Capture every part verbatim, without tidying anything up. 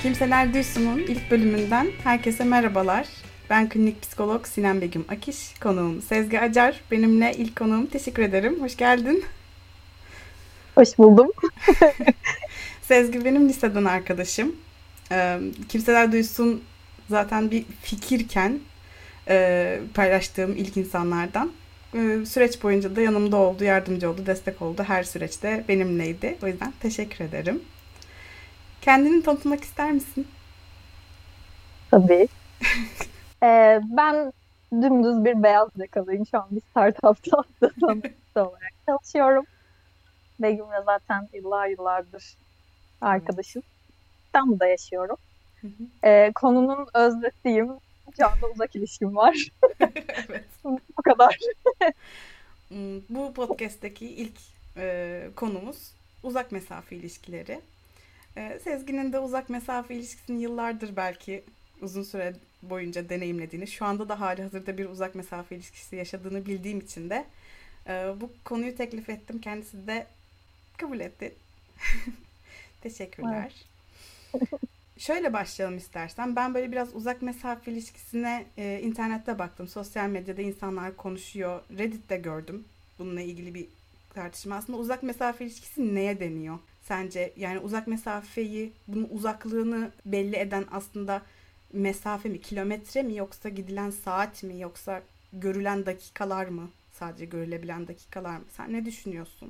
Kimseler Duysun'un ilk bölümünden herkese merhabalar. Ben klinik psikolog Sinem Begüm Akiş, konuğum Sezgi Acar. Benimle ilk konuğum, teşekkür ederim. Hoş geldin. Hoş buldum. Sezgi benim liseden arkadaşım. Ee, Kimseler Duysun zaten bir fikirken e, paylaştığım ilk insanlardan. Ee, süreç boyunca da yanımda oldu, yardımcı oldu, destek oldu. Her süreçte benimleydi. O yüzden teşekkür ederim. Kendini tanıtmak ister misin? Tabii. Ee, ben dümdüz bir beyaz yakalıyım. Şu an bir startupta data analist olarak çalışıyorum. Begüm'le zaten yıllar yıllardır Evet. arkadaşız. İstanbul'da yaşıyorum. Hı hı. Ee, konunun öznesiyim. Şu anda uzak ilişkim var. Evet. Bu kadar. Hmm, Bu podcast'teki ilk e, konumuz uzak mesafe ilişkileri. E, Sezgi'nin de uzak mesafe ilişkisini yıllardır belki uzun süre boyunca deneyimlediğini, şu anda da hali hazırda bir uzak mesafe ilişkisi yaşadığını bildiğim için de e, bu konuyu teklif ettim. Kendisi de kabul etti. Evet. Teşekkürler. Şöyle başlayalım istersen. Ben böyle biraz uzak mesafe ilişkisine e, internette baktım. Sosyal medyada insanlar konuşuyor. Reddit'te gördüm bununla ilgili bir tartışma. Aslında uzak mesafe ilişkisi neye deniyor? Sence yani uzak mesafeyi, bunun uzaklığını belli eden aslında mesafe mi, kilometre mi yoksa gidilen saat mi yoksa görülen dakikalar mı? Sadece görülebilen dakikalar mı? Sen ne düşünüyorsun?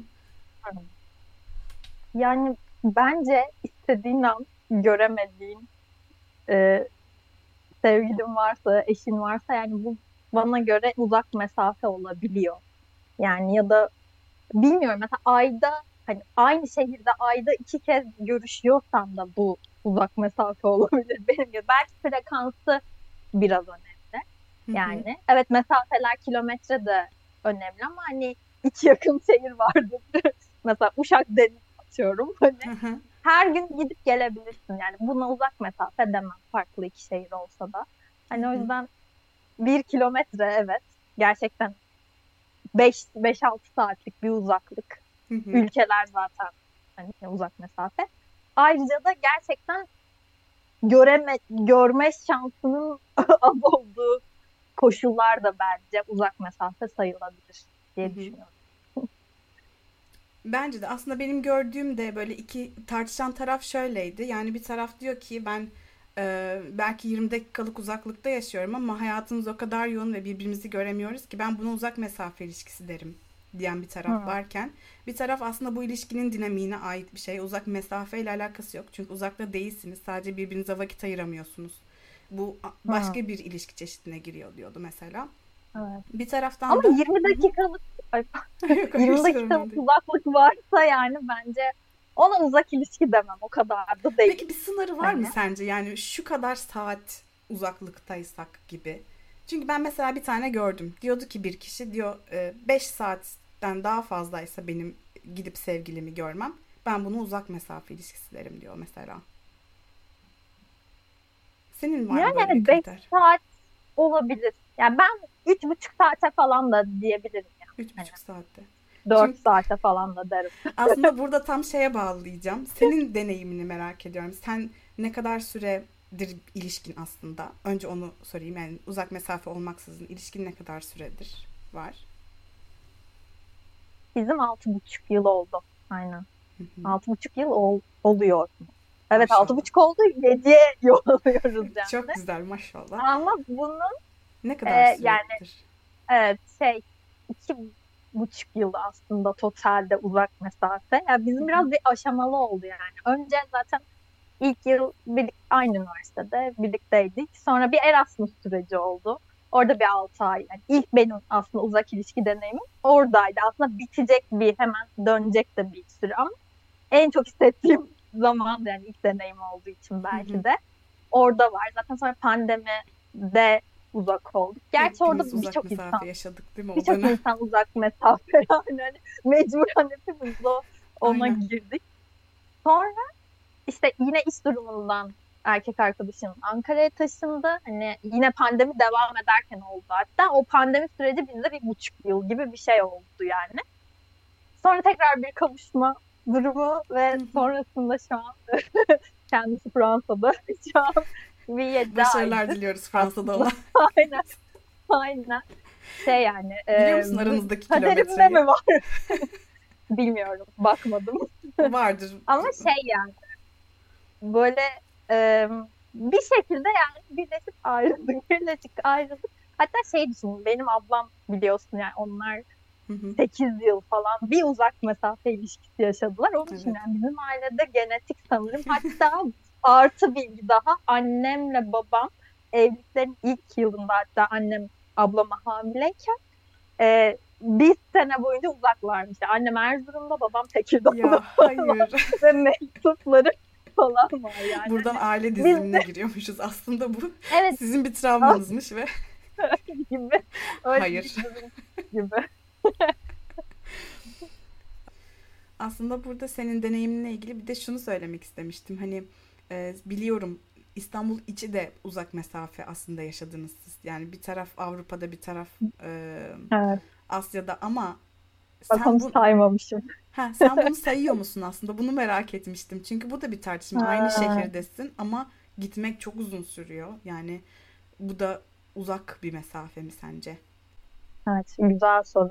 Yani bence istediğin an göremediğin e, sevgilin varsa, eşin varsa yani bu bana göre uzak mesafe olabiliyor. Yani ya da bilmiyorum, mesela ayda hani aynı şehirde ayda iki kez görüşüyorsan da bu uzak mesafe olabilir benim gibi. Belki frekansı biraz önemli. Hı hı. Yani evet, mesafeler kilometre de önemli ama hani iki yakın şehir vardır. Mesela Uşak Deniz atıyorum. Hani Hı hı. her gün gidip gelebilirsin. Yani buna uzak mesafe demem, farklı iki şehir olsa da. Hı Hani o hı. yüzden bir kilometre, evet, gerçekten beş beş altı saatlik bir uzaklık. Hı hı. Ülkeler zaten hani uzak mesafe. Ayrıca da gerçekten göreme, görme şansının az olduğu koşullar da bence uzak mesafe sayılabilir Hı diye hı. düşünüyorum. Bence de aslında benim gördüğüm de böyle iki tartışan taraf şöyleydi. Yani bir taraf diyor ki ben e, belki yirmi dakikalık uzaklıkta yaşıyorum ama hayatımız o kadar yoğun ve birbirimizi göremiyoruz ki ben buna uzak mesafe ilişkisi derim diyen bir taraf Hı, varken bir taraf aslında bu ilişkinin dinamiğine ait bir şey. Uzak mesafe ile alakası yok. Çünkü uzakta değilsiniz. Sadece birbirinize vakit ayıramıyorsunuz. Bu hı, başka bir ilişki çeşidine giriyor diyordu mesela. evet. Bir Ama taraftan da yirmi dakikalık ay, yok yirmi hiç dakikalık önemli değil. uzaklık varsa yani bence ona uzak ilişki demem. O kadar da değil. Peki bir sınırı var mı Hani. sence? Yani şu kadar saat uzaklıktaysak gibi. Çünkü ben mesela bir tane gördüm. Diyordu ki bir kişi diyor e, beş saatten daha fazlaysa benim gidip sevgilimi görmem. Ben bunu uzak mesafe ilişkisi derim diyor mesela. Senin var mı Yani böyle bir evet, beş kriter? saat olabilir. Yani ben üç buçuk saate falan da diyebilirim yani. Üç Hani buçuk saatte. dört Çünkü saate falan da derim. aslında burada tam şeye bağlayacağım. Senin deneyimini merak ediyorum. Sen ne kadar süredir ilişkin aslında? Önce onu sorayım. Yani uzak mesafe olmaksızın ilişkin ne kadar süredir var? Bizim altı buçuk yıl oldu. Aynen. Hı hı. Altı buçuk yıl ol, oluyor. Evet, altı Maşallah. buçuk oldu. Yediye yol alıyoruz Çok yani. güzel maşallah. Ama bunun Ne e, kadar yani süredir? evet, şey, iki buçuk yıl aslında totalde uzak mesafe. Yani Hı bizim hı. biraz bir aşamalı oldu yani. Önce zaten ilk yıl bir, aynı üniversitede birlikteydik. Sonra bir Erasmus süreci oldu. Orada bir altı ay. Yani ilk benim aslında uzak ilişki deneyimim oradaydı. Aslında bitecek, bir hemen dönecek de bir süre ama en çok hissettiğim zaman, yani ilk deneyim olduğu için Hı hı. belki de orada var. Zaten sonra pandemide uzak olduk. Gerçi orada Hepimiz uzak birçok mesafe insan, yaşadık değil mi o birçok dönem? insan uzak mesafe yani hani mecburen hepimiz o ona Aynen. girdik. Sonra işte yine iş durumundan erkek arkadaşım Ankara'ya taşındı. Hani yine pandemi devam ederken oldu hatta. O pandemi süreci bizde bir buçuk yıl gibi bir şey oldu yani. Sonra tekrar bir kavuşma durumu Hı ve hı. sonrasında şu an Kendisi Fransa'da şu an bir yedi Başarılar aydır diliyoruz Fransa'da aslında. ona. Aynen, aynen. Şey yani Biliyor e, musun aranızdaki kaderimde kilometreyi? mi var? Bilmiyorum, bakmadım. Vardır. Ama şey yani böyle e, bir şekilde yani birleşip ayrıldık, birleşik ayrıldık. Hatta şey düşün, benim ablam biliyorsun yani onlar Hı hı. sekiz yıl falan bir uzak mesafe ilişkisi yaşadılar. Onun için Evet. yani bizim ailede genetik sanırım. Hatta artı bilgi daha annemle babam evliliklerin ilk yılında hatta annem ablama hamileyken e, bir sene boyunca uzaklarmış. Yani annem Erzurum'da babam Tekirdağ'da Ya hayır. ve mektupları falan var yani. Buradan Hani aile biz de dizilimine giriyormuşuz. Aslında bu evet sizin bir travmanızmış ve gibi öyle bir hayır. durum gibi. Aslında burada senin deneyiminle ilgili bir de şunu söylemek istemiştim. Hani e, biliyorum İstanbul içi de uzak mesafe aslında yaşadınız siz. Yani bir taraf Avrupa'da bir taraf e, Evet, Asya'da ama bak onu sen bu saymamışım. ha sen bunu sayıyor musun aslında? Bunu merak etmiştim. Çünkü bu da bir tartışma. Aynı Ha, şehirdesin ama gitmek çok uzun sürüyor. Yani bu da uzak bir mesafe mi sence? evet, güzel soru.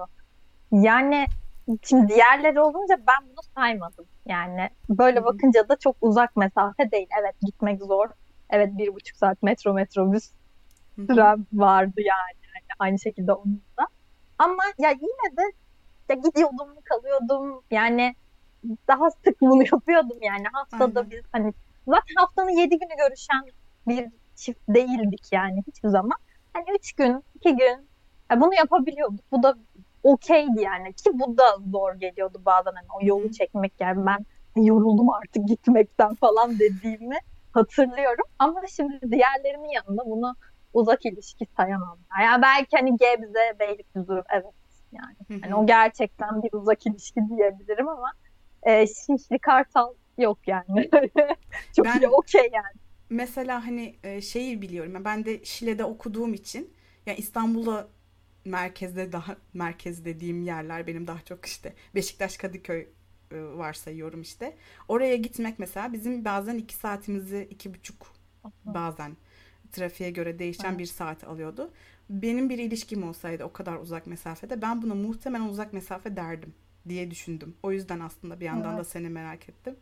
Yani şimdi diğerleri olunca ben bunu saymadım. Yani Hı böyle hı. bakınca da çok uzak mesafe değil. Evet, gitmek zor. Evet, bir buçuk saat metro metrobüs Hı hı. süren vardı yani. Yani aynı şekilde onun da. Ama ya yine de ya gidiyordum, kalıyordum. Yani daha sık bunu yapıyordum yani. Haftada Aynen. biz hani zaten haftanın yedi günü görüşen bir çift değildik yani hiçbir zaman. Hani üç gün, iki gün ya bunu yapabiliyorduk. Bu da okeydi yani ki bu da zor geliyordu bazen hani o Hı yolu hı. çekmek yani ben yoruldum artık gitmekten falan dediğimi hatırlıyorum. Ama şimdi diğerlerinin yanında bunu uzak ilişki sayamam. Yani belki hani Gebze, Beylikdüzü evet yani. Hı Hani hı. o gerçekten bir uzak ilişki diyebilirim ama e, Şişli Kartal yok yani. Çok iyi Ben okey yani. mesela hani e, şeyi biliyorum. Yani ben de Şile'de okuduğum için ya İstanbul'a merkezde daha merkez dediğim yerler benim daha çok işte Beşiktaş Kadıköy e, varsayıyorum işte. Oraya gitmek mesela bizim bazen iki saatimizi iki buçuk bazen trafiğe göre değişen bir Evet. saat alıyordu. Benim bir ilişkim olsaydı o kadar uzak mesafede ben buna muhtemelen uzak mesafe derdim diye düşündüm. O yüzden aslında bir yandan da Evet. seni merak ettim.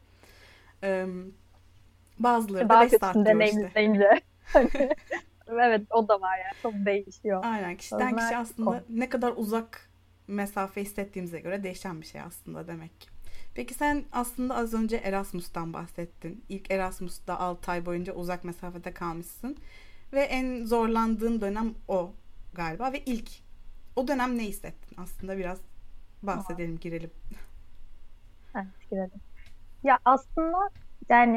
Ee, Bazıları da Daha beş kötüsünü saat diyor işte. deneyimleyince. Hani, evet o da var yani. Çok değişiyor. Aynen O kişiden yüzden kişi bir konu. aslında ne kadar uzak mesafe hissettiğimize göre değişen bir şey aslında demek ki. Peki sen aslında az önce Erasmus'tan bahsettin. İlk Erasmus'ta altı ay boyunca uzak mesafede kalmışsın. Ve en zorlandığın dönem o galiba ve ilk. O dönem ne hissettin? Aslında biraz Aa, bahsedelim, girelim. evet, girelim. Ya aslında yani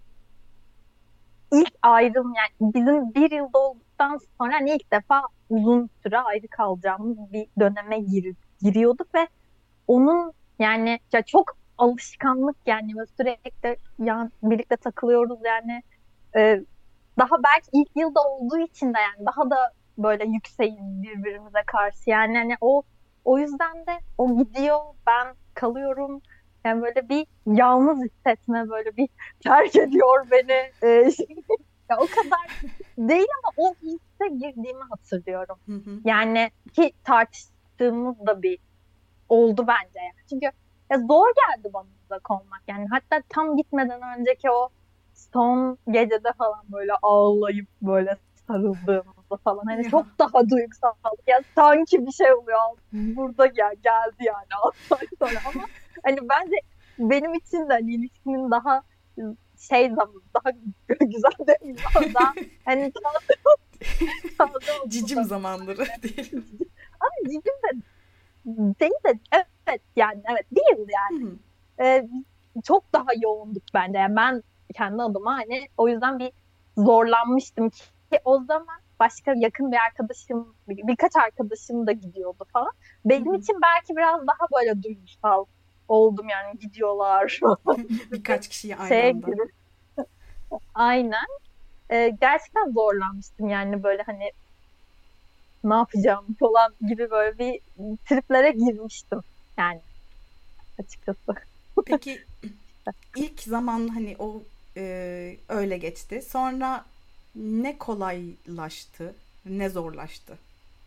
ilk ayrım yani bizim bir yılda olduktan sonra hani ilk defa uzun süre ayrı kalacağımız bir döneme gir, giriyorduk ve onun yani ya çok alışkanlık yani ve sürekli yan, birlikte takılıyoruz yani e, daha belki ilk yılda olduğu için de yani daha da böyle yükseğiz birbirimize karşı yani hani o o yüzden de o gidiyor ben kalıyorum yani böyle bir yalnız hissetme böyle bir terk ediyor beni e, ya o kadar değil ama o hisse girdiğimi hatırlıyorum Hı hı. yani ki tartıştığımız da bir oldu bence yani. Çünkü ya zor geldi bana uzak olmak. Yani hatta tam gitmeden önceki o son gecede falan böyle ağlayıp böyle sarıldığımızda falan hani Ya çok daha duygusal. Ya sanki bir şey oluyor. Burada gel geldi yani altı ay sonra ama hani bence benim için de hani ilişkinin daha şey zaman daha güzel demeyeyim ama daha hani taze, taze olduğu cicim zaman zamanları değil. ama cicim de değil de evet yani evet değil Hı yani. hı. Ee, çok daha yoğunduk bence. Yani ben kendi adıma hani o yüzden bir zorlanmıştım ki o zaman başka yakın bir arkadaşım bir, birkaç arkadaşım da gidiyordu falan. Hı Benim hı. için belki biraz daha böyle duygusal oldum yani gidiyorlar gibi bir Birkaç kişiyi aynı şeye anda. girip aynen. Ee, gerçekten zorlanmıştım yani böyle hani ne yapacağım falan gibi böyle bir triplere girmiştim yani açıkçası. Peki ilk zaman hani o e, öyle geçti. Sonra ne kolaylaştı, ne zorlaştı.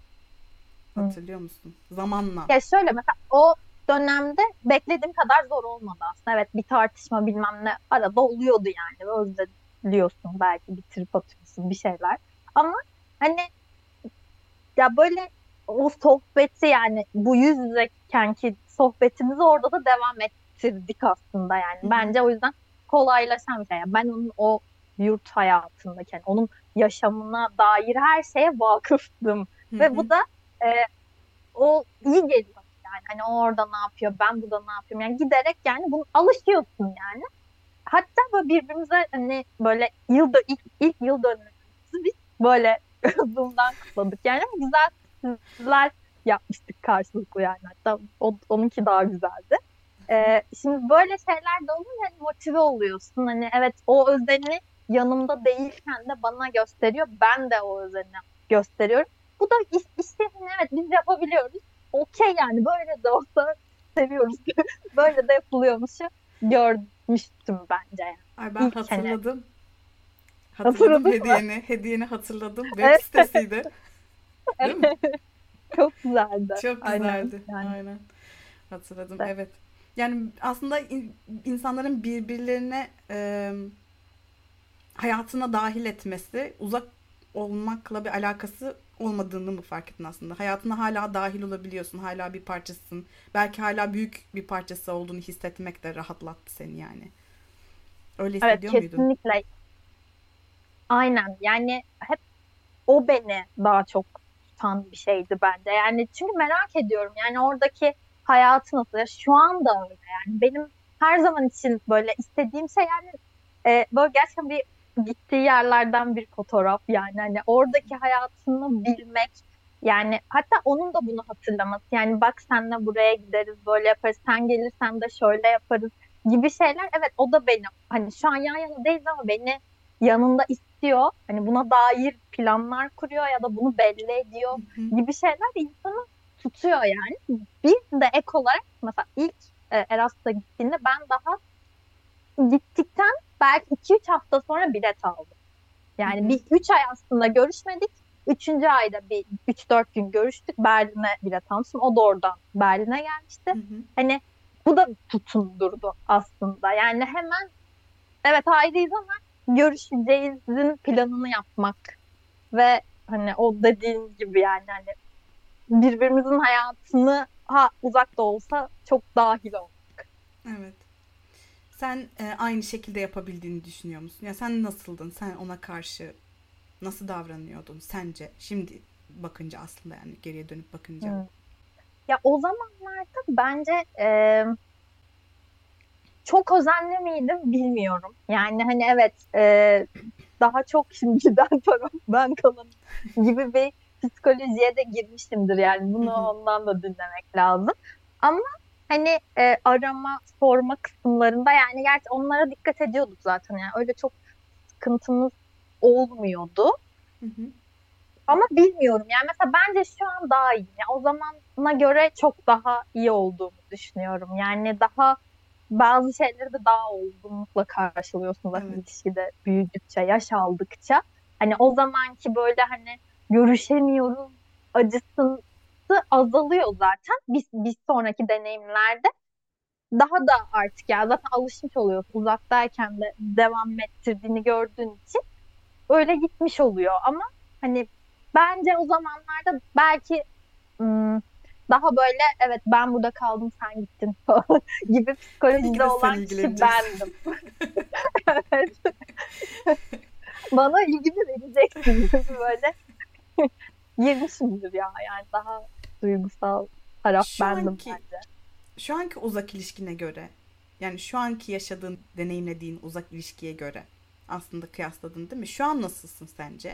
Hı. Hatırlıyor musun? Zamanla. Ya şöyle mesela o dönemde beklediğim kadar zor olmadı aslında. Evet, bir tartışma bilmem ne arada oluyordu yani. Özlüyorsun, belki bir trip atıyorsun, bir şeyler. Ama hani ya böyle o sohbeti, yani bu yüz yüzeykenki sohbetimizi orada da devam ettirdik aslında yani. Hı hı. Bence o yüzden kolaylaşan bir şey. Yani ben onun o yurt hayatındaki, yani onun yaşamına dair her şeye vakıftım. Hı Ve hı. bu da e, o iyi geliyor yani. Hani o orada ne yapıyor, ben burada ne yapıyorum. Yani giderek yani bunu alışıyorsun yani. Hatta böyle birbirimize hani böyle yıl dö- ilk, ilk yıl dönümümüzü biz böyle Zoom'dan kutladık. Yani ama güzel sürprizler yapmıştık karşılıklı yani. Hatta o, onunki daha güzeldi. Ee, şimdi böyle şeyler de olunca hani motive oluyorsun. Hani evet, o özeni yanımda değilken de bana gösteriyor. Ben de o özeni gösteriyorum. Bu da iş, işte hani evet, biz yapabiliyoruz. Okey yani, böyle de olsa seviyoruz. Böyle de yapılıyormuş. Görmüştüm bence yani. Ay ben İlk hani hatırladım. Hatırladım hatırladın mı? hediyeni. Hediyeni hatırladım. Web Evet. sitesiydi. Değil mi? Çok güzeldi. Çok Aynen güzeldi. yani. Aynen. Hatırladım. İşte. Evet. Yani aslında in- insanların birbirlerine e, hayatına dahil etmesi uzak olmakla bir alakası olmadığını mı fark ettin aslında? Hayatına hala dahil olabiliyorsun. Hala bir parçasısın. Belki hala büyük bir parçası olduğunu hissetmek de rahatlattı seni yani. Öyle Evet, hissediyor muydun? kesinlikle. Aynen yani, hep o beni daha çok tutan bir şeydi bence. Yani çünkü merak ediyorum yani oradaki hayatı nasıl. Ya şu anda öyle yani. Benim her zaman için böyle istediğim şey yani, e, böyle gerçekten bir gittiği yerlerden bir fotoğraf yani. Hani oradaki hayatını bilmek, yani hatta onun da bunu hatırlaması. Yani bak, senle buraya gideriz, böyle yaparız, sen gelirsen de şöyle yaparız gibi şeyler. Evet, o da beni, hani şu an yan yana değiliz ama beni yanında istiyor. Hani buna dair planlar kuruyor ya da bunu belli ediyor Hı hı. gibi şeyler insanı tutuyor yani. Bir de ek olarak mesela ilk e, Erasmus'a gittiğinde ben daha gittikten belki iki üç hafta sonra bilet aldım. Hı Yani hı. bir üç ay aslında görüşmedik. Üçüncü ayda bir üç dört gün görüştük. Berlin'e bilet almıştım. O da oradan Berlin'e gelmişti. Hı hı. Hani bu da tutundurdu aslında. Yani hemen evet ayrıyız ama görüşeceğizin planını yapmak ve hani o dediğin gibi yani hani birbirimizin hayatını ha uzak da olsa çok dahil ol. Evet. Sen e, aynı şekilde yapabildiğini düşünüyor musun? Ya sen nasıldın? Sen ona karşı nasıl davranıyordun sence? Şimdi bakınca aslında yani geriye dönüp bakınca. Hmm. Ya o zamanlarda bence e, çok özenli miydim bilmiyorum. Yani hani evet, e, daha çok şimdi giden taraf ben kalanım gibi bir psikolojiye de girmişimdir yani, Hı bunu hı. ondan da dinlemek lazım. Ama hani e, arama sorma kısımlarında yani gerçi onlara dikkat ediyorduk zaten, yani öyle çok sıkıntımız olmuyordu. Hı hı. Ama bilmiyorum yani, mesela bence şu an daha iyi. Yani o zamana göre çok daha iyi olduğumu düşünüyorum. Yani daha bazı şeyleri de daha olgunlukla karşılıyorsun zaten Evet. ilişkide büyüdükçe, yaş aldıkça. Hani o zamanki böyle hani görüşemiyoruz acısı azalıyor zaten. Bir, bir sonraki deneyimlerde daha da artık ya zaten alışmış oluyorsun. Uzaktayken de devam ettirdiğini gördüğün için öyle gitmiş oluyor. Ama hani bence o zamanlarda belki ım, daha böyle evet ben burada kaldım sen gittin falan gibi Tabii ki psikolojide de sen olan kişi ilgileneceksin. bendim. Evet. Bana ilgimi vereceksin gibi böyle girmişimdir ya. Yani daha duygusal taraf Şu bendim anki bence. şu anki uzak ilişkine göre yani şu anki yaşadığın, deneyimlediğin uzak ilişkiye göre aslında kıyasladın değil mi? Şu an nasılsın sence?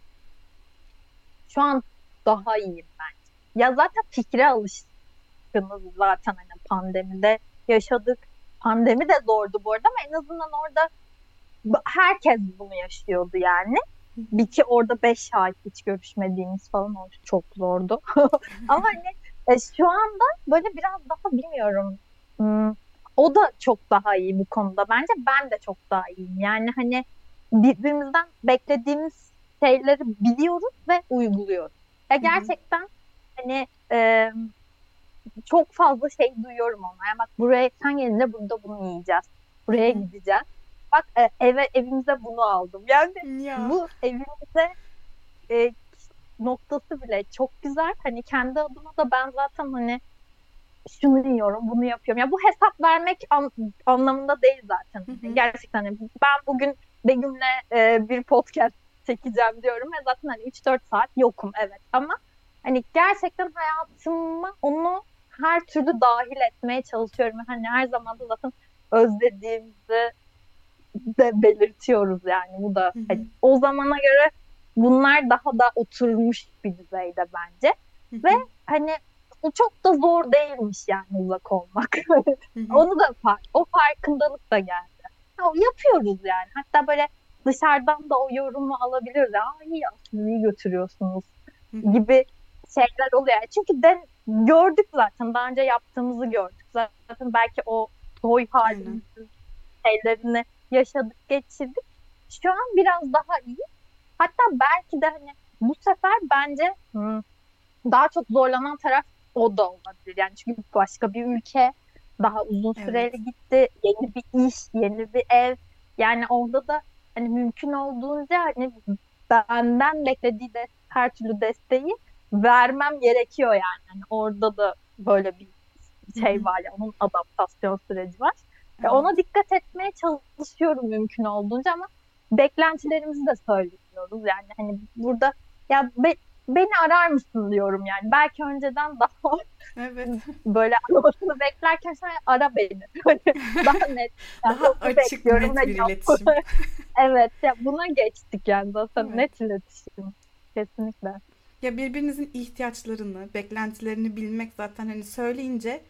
Şu an daha iyiyim bence. Ya zaten fikre alışkınız zaten, hani pandemide yaşadık. Pandemi de zordu bu arada ama en azından orada herkes bunu yaşıyordu yani. Bir ki orada beş ay hiç görüşmediğimiz falan olmuş. Çok zordu. Ama hani e, şu anda böyle biraz daha bilmiyorum. Hmm, o da çok daha iyi bu konuda. Bence ben de çok daha iyiyim. Yani hani birbirimizden beklediğimiz şeyleri biliyoruz ve uyguluyoruz. Ya Hı hı. gerçekten hani e, çok fazla şey duyuyorum ona. Yani bak buraya sen gelince burada bunu yiyeceğiz. Hı Buraya hı. gideceğiz. Bak e, eve evimize bunu aldım. Yani Ya. bu evimize e, noktası bile çok güzel. Hani kendi adıma da ben zaten hani şunu yiyorum, bunu yapıyorum. Ya bu hesap vermek an- anlamında değil zaten. Hı hı. Gerçekten hani ben bugün Begüm'le e, bir podcast çekeceğim diyorum ve zaten hani üç dört saat yokum evet ama hani gerçekten hayatıma onu her türlü dahil etmeye çalışıyorum. Hani her zaman da zaten özlediğimizi de belirtiyoruz yani bu da Hı hani hı. o zamana göre bunlar daha da oturmuş bir düzeyde bence Hı ve hı. hani o çok da zor değilmiş yani uzak olmak. Hı hı. Onu da fark, o farkındalık da geldi. Ha, yapıyoruz yani. Hatta böyle dışarıdan da o yorumu alabiliriz. Aa iyi ya, siz iyi götürüyorsunuz Hı hı. gibi şeyler oluyor. Yani çünkü de gördük zaten. Daha önce yaptığımızı gördük. Zaten belki o toy Aynen. halimizin şeylerini yaşadık, geçirdik. Şu an biraz daha iyi. Hatta belki de hani bu sefer bence hmm, daha çok zorlanan taraf o da olabilir. Yani çünkü başka bir ülke, daha uzun Evet. süreli gitti, yeni bir iş, yeni bir ev. Yani orada da hani mümkün olduğunca hani benden beklediği de her türlü desteği vermem gerekiyor yani. Hani orada da böyle bir Hı şey hı. var ya, onun adaptasyon süreci var. Ve Evet. ona dikkat etmeye çalışıyorum mümkün olduğunca ama beklentilerimizi de söylüyoruz. Yani hani burada ya be- beni arar mısın diyorum yani. Belki önceden daha Evet. böyle aramasını beklerken sen ara beni. Hani daha net. Yani Daha onu açık, bekliyorum ve net bir yap. iletişim. Evet ya buna geçtik yani zaten Evet. net iletişim. Kesinlikle. Ya birbirinizin ihtiyaçlarını, beklentilerini bilmek zaten hani söyleyince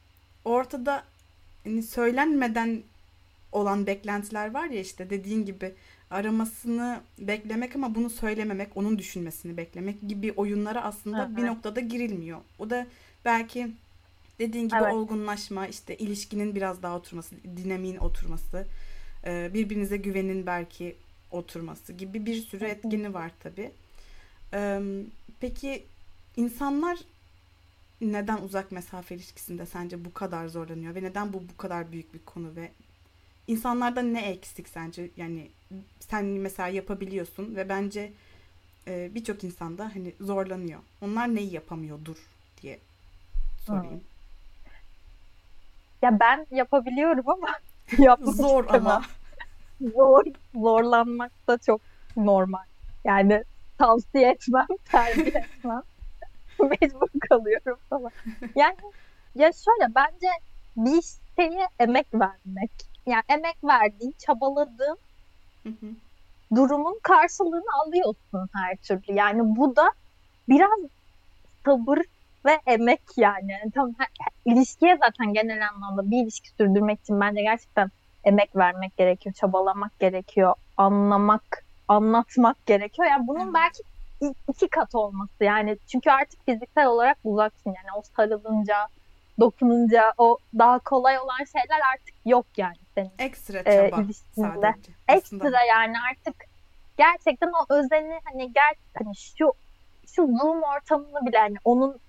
ortada hani söylenmeden olan beklentiler var ya işte dediğin gibi aramasını beklemek ama bunu söylememek, onun düşünmesini beklemek gibi oyunlara aslında bir Evet. noktada girilmiyor. O da belki dediğin gibi Evet. olgunlaşma, işte ilişkinin biraz daha oturması, dinamiğin oturması, birbirinize güvenin belki oturması gibi bir sürü etkeni Kesinlikle. var tabii. Peki insanlar neden uzak mesafe ilişkisinde sence bu kadar zorlanıyor ve neden bu bu kadar büyük bir konu ve insanlarda ne eksik sence? Yani sen mesela yapabiliyorsun ve bence e, birçok insan da hani zorlanıyor. Onlar neyi yapamıyordur diye Hmm. sorayım. Ya ben yapabiliyorum ama yapmak Zor istemem. ama. Zor, zorlanmak da çok normal. Yani tavsiye etmem, tercih etmem. Mecbur kalıyorum falan. Yani ya şöyle bence bir şeye emek vermek. Yani emek verdiğin, çabaladığın Hı hı. durumun karşılığını alıyorsun her türlü. Yani bu da biraz sabır ve emek yani. Yani tam her- ilişkiye zaten genel anlamda bir ilişki sürdürmek için bence gerçekten emek vermek gerekiyor, çabalamak gerekiyor, anlamak, anlatmak gerekiyor. Yani bunun Evet. belki i- iki kat olması yani çünkü artık fiziksel olarak uzaksın yani o sarılınca, dokununca o daha kolay olan şeyler artık yok yani senin Ekstra e, çaba ilişkinde. sadece. Aslında Ekstra yani artık gerçekten o özeni hani ger hani şu şu Zoom ortamını bile hani onun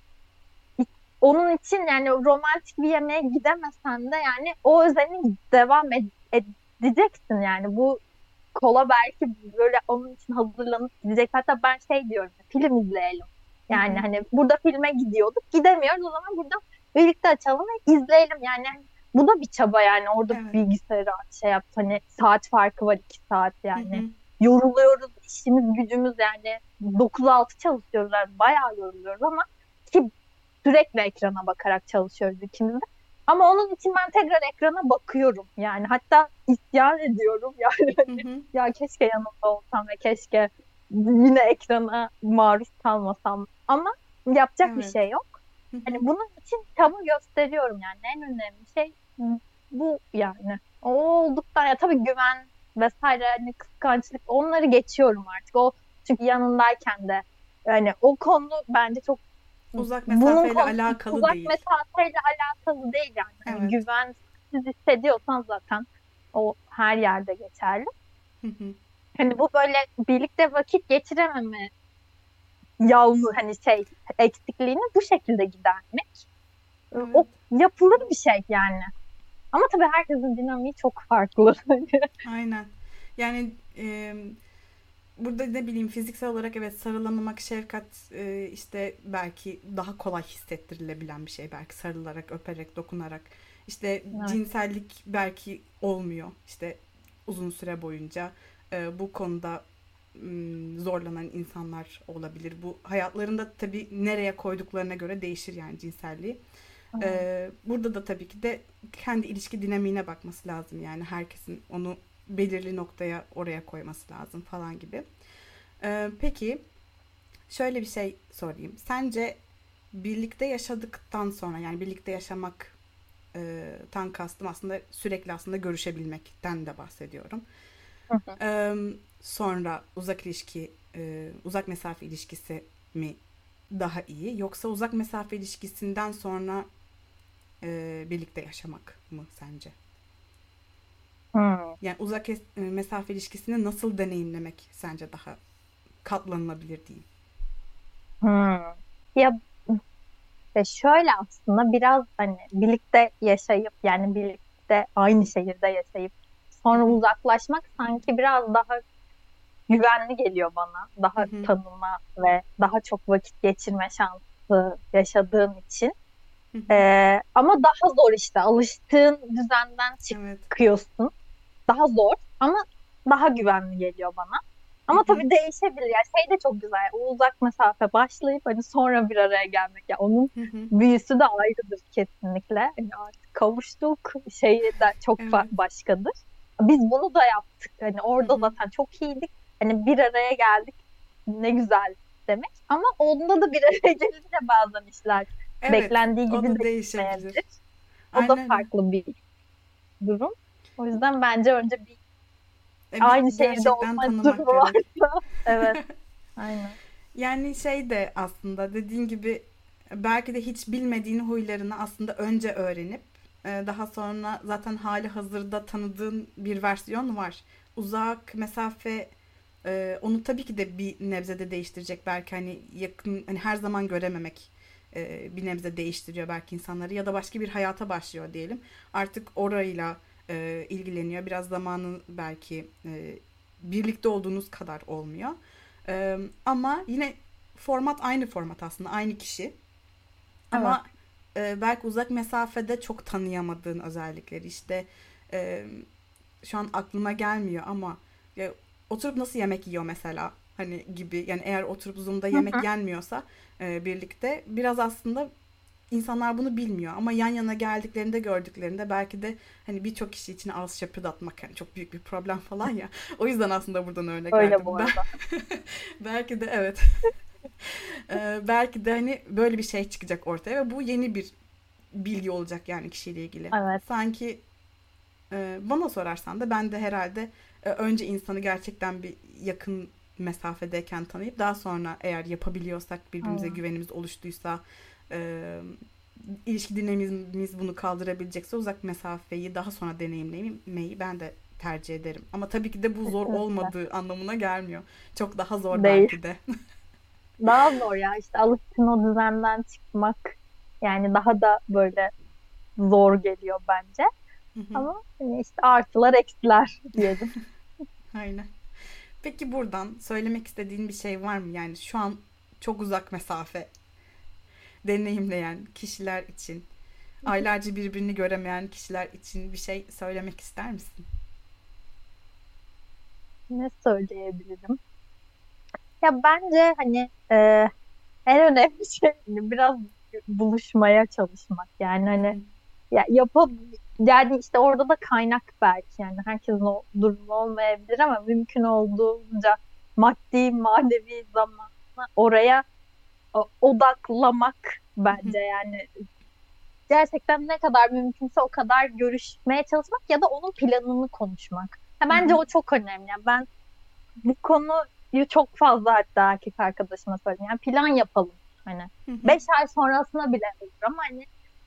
onun için yani romantik bir yemeğe gidemesen de yani o özeni devam ed- edeceksin yani bu kola belki böyle onun için hazırlanıp gidecek. Hatta ben şey diyorum film izleyelim. hı Yani hı. hani burada filme gidiyorduk gidemiyoruz o zaman burada birlikte açalım ve izleyelim yani bu da bir çaba yani orada Evet. bilgisayarı aç, şey yap hani saat farkı var iki saat Hı yani hı. yoruluyoruz işimiz gücümüz yani dokuz altı çalışıyoruz yani bayağı yoruluyoruz ama ki sürekli ekrana bakarak çalışıyoruz ikimiz de. Ama onun için ben tekrar ekrana bakıyorum. Yani hatta isyan ediyorum. Yani Hı hani, hı. ya keşke yanımda olsam ve keşke yine ekrana maruz kalmasam. Ama yapacak bir Evet. şey yok. Hı Hani hı. bunun için çaba gösteriyorum yani. En önemli şey bu yani. O olduktan ya tabii güven vesaire hani kıskançlık onları geçiyorum artık. O çünkü yanındayken de yani o konu bence çok Uzak bunun mesafeyle konusu alakalı uzak değil. mesafeyle alakalı değil yani. Hani Evet. güven güvensiz hissediyorsan zaten o her yerde geçerli. Hani bu böyle birlikte vakit geçirememe yalnız hani şey eksikliğini bu şekilde gidermek. Evet. O yapılır bir şey yani. Ama tabii herkesin dinamiği çok farklı. Aynen. Yani e, burada ne bileyim fiziksel olarak evet sarılamamak, şefkat e, işte belki daha kolay hissettirilebilen bir şey. Belki sarılarak, öperek, dokunarak. İşte Evet. cinsellik belki olmuyor. İşte uzun süre boyunca e, bu konuda m, zorlanan insanlar olabilir. Bu hayatlarında tabii nereye koyduklarına göre değişir yani cinselliği. Evet. Ee, burada da tabii ki de kendi ilişki dinamiğine bakması lazım. Yani herkesin onu belirli noktaya oraya koyması lazım falan gibi. Ee, peki şöyle bir şey sorayım. Sence birlikte yaşadıktan sonra yani birlikte yaşamak e, tan kastım aslında sürekli aslında görüşebilmekten de bahsediyorum. Hı hı. Ee, Sonra uzak ilişki, e, uzak mesafe ilişkisi mi daha iyi yoksa uzak mesafe ilişkisinden sonra e, birlikte yaşamak mı sence? Hmm. Yani uzak es- e, mesafe ilişkisini nasıl deneyimlemek sence daha katlanılabilir diyeyim. Hmm. Ya ve şöyle aslında biraz hani birlikte yaşayıp yani birlikte aynı şehirde yaşayıp Hı sonra hı, uzaklaşmak sanki biraz daha güvenli geliyor bana. hı Daha hı, tanıma ve daha çok vakit geçirme şansı yaşadığım için. hı hı. Ee, ama daha zor işte. Alıştığın düzenden Evet. çıkıyorsun. Daha zor ama daha güvenli geliyor bana. Hı Ama hı, tabii değişebilir. Yani şey de çok güzel. O uzak mesafe başlayıp hani sonra bir araya gelmek. Yani onun hı hı. büyüsü de ayrıdır kesinlikle. Hani artık kavuştuk şeyi de çok fa- Evet. başkadır. Biz bunu da yaptık. Hani Hı orada hı. zaten çok iyiydik. Hani bir araya geldik. Ne güzel demek. Ama onda da bir araya gelince bazen işler Evet. beklendiği O gibi da de değişebilir. gitmeyebilir. O da Aynen öyle. farklı bir durum. O yüzden bence önce bir E, bir aynı şehirde gerçekten olma tanımak durumu gerek. varsa evet aynen Yani şey de aslında dediğin gibi belki de hiç bilmediğin huylarını aslında önce öğrenip e, daha sonra zaten hali hazırda tanıdığın bir versiyon var. Uzak mesafe e, onu tabii ki de bir nebzede değiştirecek. Belki hani yakın hani her zaman görememek e, bir nebze değiştiriyor belki insanları ya da başka bir hayata başlıyor diyelim. Artık orayla e, ilgileniyor. Biraz zamanın belki e, birlikte olduğunuz kadar olmuyor. Ee, ama yine format aynı format aslında aynı kişi evet ama e, belki uzak mesafede çok tanıyamadığın özellikleri işte e, şu an aklıma gelmiyor ama ya, oturup nasıl yemek yiyor mesela hani gibi yani eğer oturup Zoom'da hı yemek hı. yenmiyorsa e, birlikte biraz aslında insanlar bunu bilmiyor ama yan yana geldiklerinde gördüklerinde belki de hani birçok kişi için ağız şapırdatmak yani çok büyük bir problem falan ya. O yüzden aslında buradan örnek Öyle bu verdim. Ben arada belki de evet. Ee, belki de hani böyle bir şey çıkacak ortaya ve bu yeni bir bilgi olacak yani kişiyle ilgili. evet Sanki e, bana sorarsan da ben de herhalde e, önce insanı gerçekten bir yakın mesafedeyken tanıyıp daha sonra eğer yapabiliyorsak birbirimize aynen güvenimiz oluştuysa e, ilişki dinamizmiz bunu kaldırabilecekse uzak mesafeyi daha sonra deneyimlemeyi ben de tercih ederim. Ama tabii ki de bu zor kesinlikle olmadığı anlamına gelmiyor. Çok daha zor değil. belki de. Daha zor ya işte alıştığın o düzenden çıkmak yani daha da böyle zor geliyor bence. Ama hani işte artılar eksiler diyelim. Aynen. Peki buradan söylemek istediğin bir şey var mı? Yani şu an çok uzak mesafe deneyimleyen kişiler için, aylarca birbirini göremeyen kişiler için bir şey söylemek ister misin? Ne söyleyebilirim? Ya bence hani e, en önemli şey hani biraz buluşmaya çalışmak. Yani hani ya yapab yani işte orada da kaynak belki yani herkesin o durumu olmayabilir ama mümkün olduğunca maddi manevi zamanı oraya o- odaklamak bence yani gerçekten ne kadar mümkünse o kadar görüşmeye çalışmak ya da onun planını konuşmak. Ha, bence o çok önemli. Yani ben bu konuyu çok fazla hatta erkek arkadaşıma söyledim. Yani plan yapalım. Hani beş ay sonrasına bile olur ama hani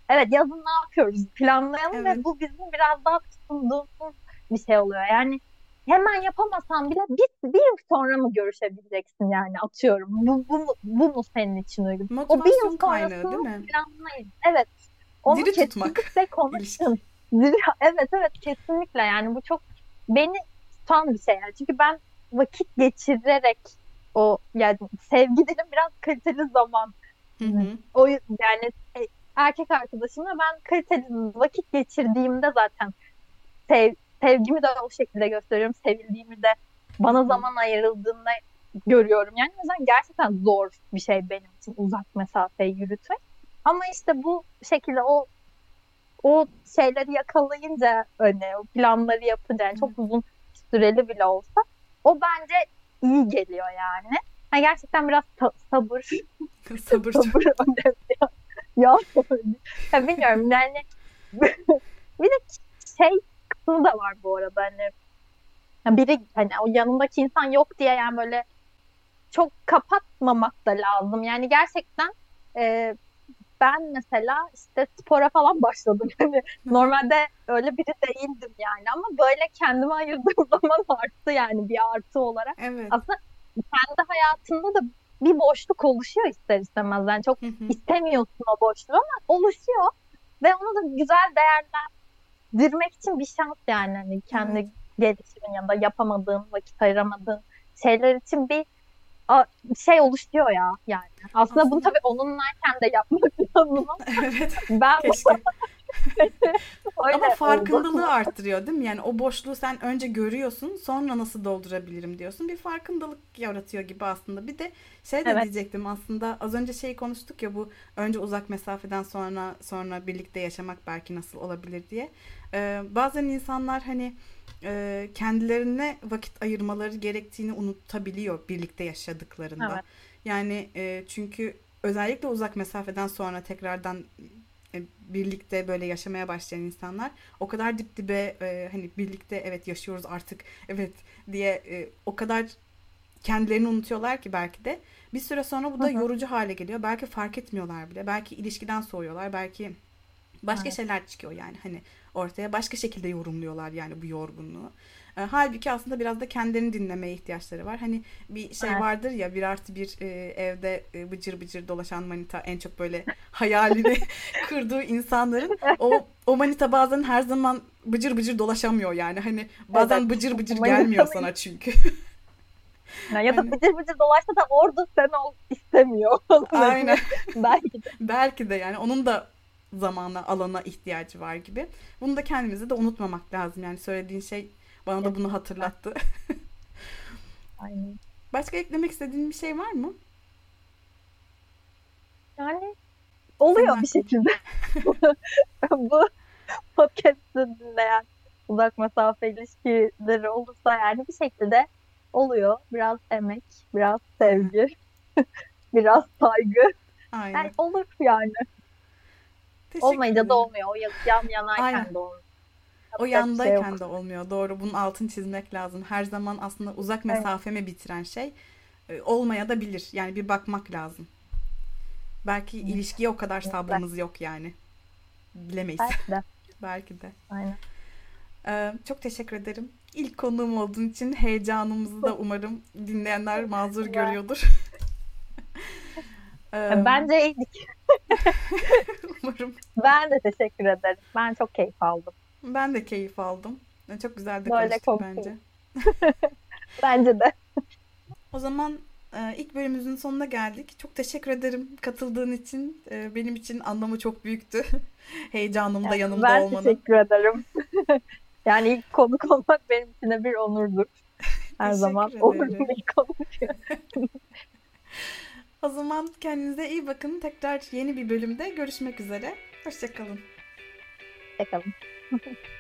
evet yazın ne yapıyoruz planlayalım Evet. ve bu bizim biraz daha tutunduğumuz bir şey oluyor. Yani hemen yapamasan bile bir, bir yıl sonra mı görüşebileceksin yani atıyorum. Bu, bu, mu- bu mu senin için uygun? O bir yıl Motivasyon kaynağı değil sonrasını mi? planlayın. Evet. Onu Diri tutmak kesinlikle ilişki. konuşun. Evet evet kesinlikle yani bu çok beni tutan bir şey yani. Çünkü ben vakit geçirerek o yani sevgi dedim biraz kaliteli zaman. Hı hı. O yani e, erkek arkadaşımla ben kaliteli vakit geçirdiğimde zaten sev, sevgimi de o şekilde gösteriyorum. Sevildiğimi de Hı bana hı. zaman ayrıldığında görüyorum. Yani o yüzden gerçekten zor bir şey benim için uzak mesafeyi yürütmek. Ama işte bu şekilde o o şeyleri yakalayınca hani o planları yapınca yani çok Evet. uzun süreli bile olsa o bence iyi geliyor yani. Ha, gerçekten biraz ta- sabır Sabır çok. sabır önemli. Ya, ya bilmiyorum yani bir de şey kısmı da var bu arada hani ya biri hani o yanındaki insan yok diye yani böyle çok kapatmamak da lazım. Yani gerçekten e, ben mesela işte spora falan başladım. Hani Hı hı. normalde öyle biri değildim yani ama böyle kendime ayırdığım zaman arttı yani bir artı olarak. Evet. Aslında kendi hayatında da bir boşluk oluşuyor ister istemez. Yani çok Hı hı. istemiyorsun o boşluğu ama oluşuyor ve onu da güzel değerlendirmek için bir şans yani hani Evet. kendi gelişimin ya da yapamadığın, vakit ayıramadığın şeyler için bir a- şey oluşuyor ya yani. Aslında bunu Aslında tabii onunlayken de yapmak lazım ama evet. ben Keşke. Ama öyle oldu. farkındalığı arttırıyor değil mi? Yani o boşluğu sen önce görüyorsun, sonra nasıl doldurabilirim diyorsun. Bir farkındalık yaratıyor gibi aslında. Bir de şey de Evet. diyecektim aslında az önce şey konuştuk ya bu önce uzak mesafeden sonra sonra birlikte yaşamak belki nasıl olabilir diye. Ee, bazen insanlar hani e, kendilerine vakit ayırmaları gerektiğini unutabiliyor birlikte yaşadıklarında. Evet. Yani e, çünkü özellikle uzak mesafeden sonra tekrardan e, birlikte böyle yaşamaya başlayan insanlar o kadar dip dibe e, hani birlikte evet yaşıyoruz artık evet diye e, o kadar kendilerini unutuyorlar ki belki de bir süre sonra bu Hı da hı. yorucu hale geliyor. Belki fark etmiyorlar bile. Belki ilişkiden soğuyorlar. Belki başka Evet. şeyler çıkıyor yani hani ortaya başka şekilde yorumluyorlar yani bu yorgunluğu. E, halbuki aslında biraz da kendilerini dinlemeye ihtiyaçları var. Hani bir şey Evet. vardır ya bir artı bir e, evde e, bıcır bıcır dolaşan manita en çok böyle hayalini kurduğu insanların o o manita bazen her zaman bıcır bıcır dolaşamıyor yani hani Evet. bazen bıcır bıcır gelmiyor Manitanın sana çünkü. ya da Hani bıcır bıcır dolaşsa da orada sen ol istemiyor. aynen Hani belki de. belki de yani onun da zamana, alana ihtiyacı var gibi. Bunu da kendimizi de unutmamak lazım. Yani söylediğin şey bana da bunu Kesinlikle. hatırlattı. Aynen. Başka eklemek istediğin bir şey var mı? Yani Senin oluyor bir aklında. şekilde. Bu podcast'ı dinleyen uzak mesafe ilişkileri olursa yani bir şekilde oluyor. Biraz emek, biraz Aynen. sevgi, biraz saygı. Yani Aynen. olur yani. Teşekkür Olmayınca da ederim. olmuyor. O yan yan Aynen. yanayken de olmuyor. O Yapacak bir şey yandayken yok. de olmuyor. Doğru. Bunun altını çizmek lazım. Her zaman aslında uzak Evet, mesafemi bitiren şey e, olmaya da bilir. Yani bir bakmak lazım. Belki ilişkiye o kadar kesinlikle. sabrımız yok yani. Bilemeyiz. Belki de. Belki de. Aynen. Ee, çok teşekkür ederim. İlk konuğum olduğun için heyecanımızı da umarım dinleyenler mazur Güzel. görüyordur. Ee, Bence iyiydik. umarım. Ben de teşekkür ederim. Ben çok keyif aldım. Ben de keyif aldım. Çok güzel de Böyle konuştuk bence. konuşuruz. Bence de. O zaman e, ilk bölümümüzün sonuna geldik. Çok teşekkür ederim katıldığın için. E, benim için anlamı çok büyüktü. Heyecanımda Yani yanımda ben olmanın. teşekkür ederim. Yani ilk konuk olmak benim için de bir onurdur. Her zaman Teşekkür olurum ederim. ilk konuk. O zaman kendinize iyi bakın. Tekrar yeni bir bölümde görüşmek üzere. Hoşçakalın. Bakalım.